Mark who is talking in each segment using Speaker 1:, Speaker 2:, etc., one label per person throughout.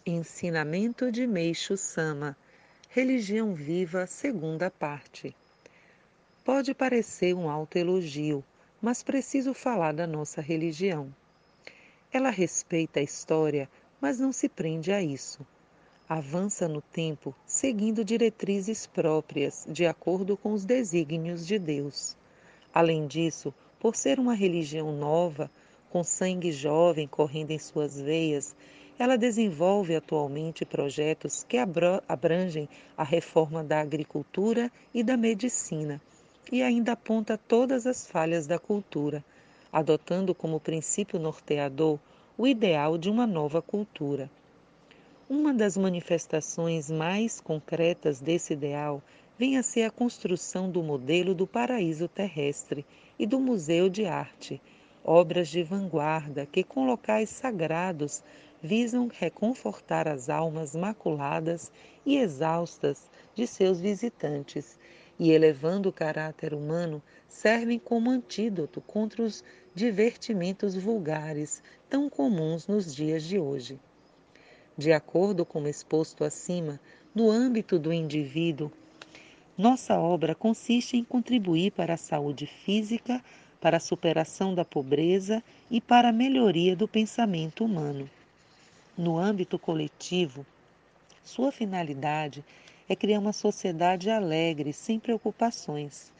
Speaker 1: Ensinamento de Meixo Sama, Religião Viva, segunda parte. Pode parecer um autoelogio, mas preciso falar da nossa religião. Ela respeita a história, mas não se prende a isso. Avança no tempo, seguindo diretrizes próprias, de acordo com os desígnios de Deus. Além disso, por ser uma religião nova, com sangue jovem correndo em suas veias, ela desenvolve atualmente projetos que abrangem a reforma da agricultura e da medicina, e ainda aponta todas as falhas da cultura, adotando como princípio norteador o ideal de uma nova cultura. Uma das manifestações mais concretas desse ideal vem a ser a construção do modelo do paraíso terrestre e do Museu de Arte, obras de vanguarda que, com locais sagrados, visam reconfortar as almas maculadas e exaustas de seus visitantes, e, elevando o caráter humano, servem como antídoto contra os divertimentos vulgares tão comuns nos dias de hoje. De acordo com o exposto acima, no âmbito do indivíduo, nossa obra consiste em contribuir para a saúde física, para a superação da pobreza e para a melhoria do pensamento humano. No âmbito coletivo, sua finalidade é criar uma sociedade alegre, sem preocupações.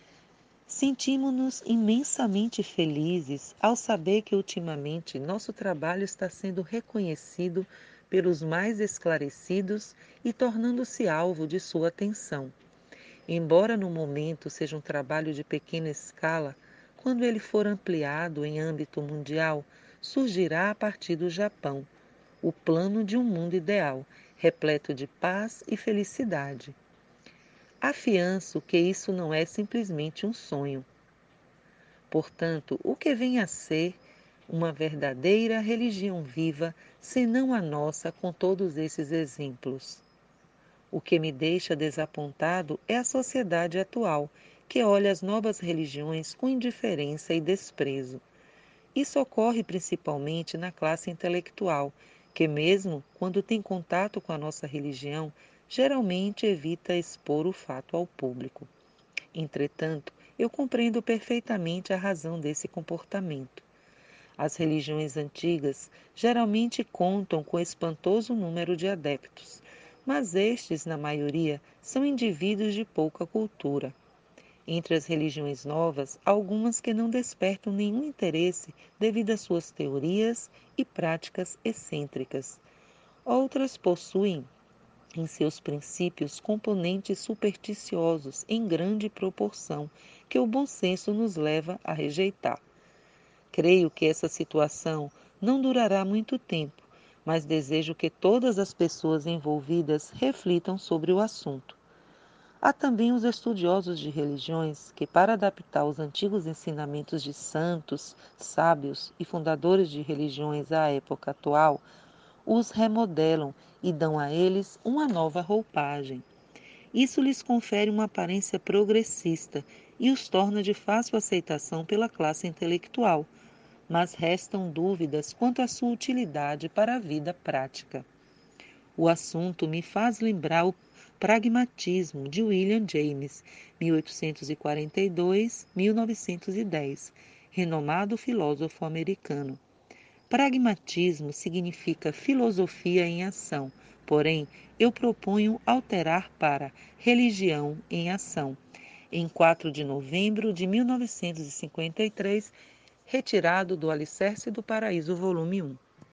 Speaker 1: Sentimos-nos imensamente felizes ao saber que ultimamente nosso trabalho está sendo reconhecido pelos mais esclarecidos e tornando-se alvo de sua atenção. Embora no momento seja um trabalho de pequena escala, quando ele for ampliado em âmbito mundial, surgirá a partir do Japão o plano de um mundo ideal, repleto de paz e felicidade. Afianço que isso não é simplesmente um sonho. Portanto, o que vem a ser uma verdadeira religião viva, senão a nossa com todos esses exemplos? O que me deixa desapontado é a sociedade atual, que olha as novas religiões com indiferença e desprezo. Isso ocorre principalmente na classe intelectual, que mesmo quando tem contato com a nossa religião, geralmente evita expor o fato ao público. Entretanto, eu compreendo perfeitamente a razão desse comportamento. As religiões antigas geralmente contam com espantoso número de adeptos, mas estes, na maioria, são indivíduos de pouca cultura. Entre as religiões novas, há algumas que não despertam nenhum interesse devido às suas teorias e práticas excêntricas. Outras possuem em seus princípios componentes supersticiosos em grande proporção, que o bom senso nos leva a rejeitar. Creio que essa situação não durará muito tempo, mas desejo que todas as pessoas envolvidas reflitam sobre o assunto. Há também os estudiosos de religiões que, para adaptar os antigos ensinamentos de santos, sábios e fundadores de religiões à época atual, os remodelam e dão a eles uma nova roupagem. Isso lhes confere uma aparência progressista e os torna de fácil aceitação pela classe intelectual, mas restam dúvidas quanto à sua utilidade para a vida prática. O assunto me faz lembrar o pragmatismo de William James, 1842-1910, renomado filósofo americano. Pragmatismo significa filosofia em ação, porém, eu proponho alterar para religião em ação, em 4 de novembro de 1953, retirado do Alicerce do Paraíso, volume 1.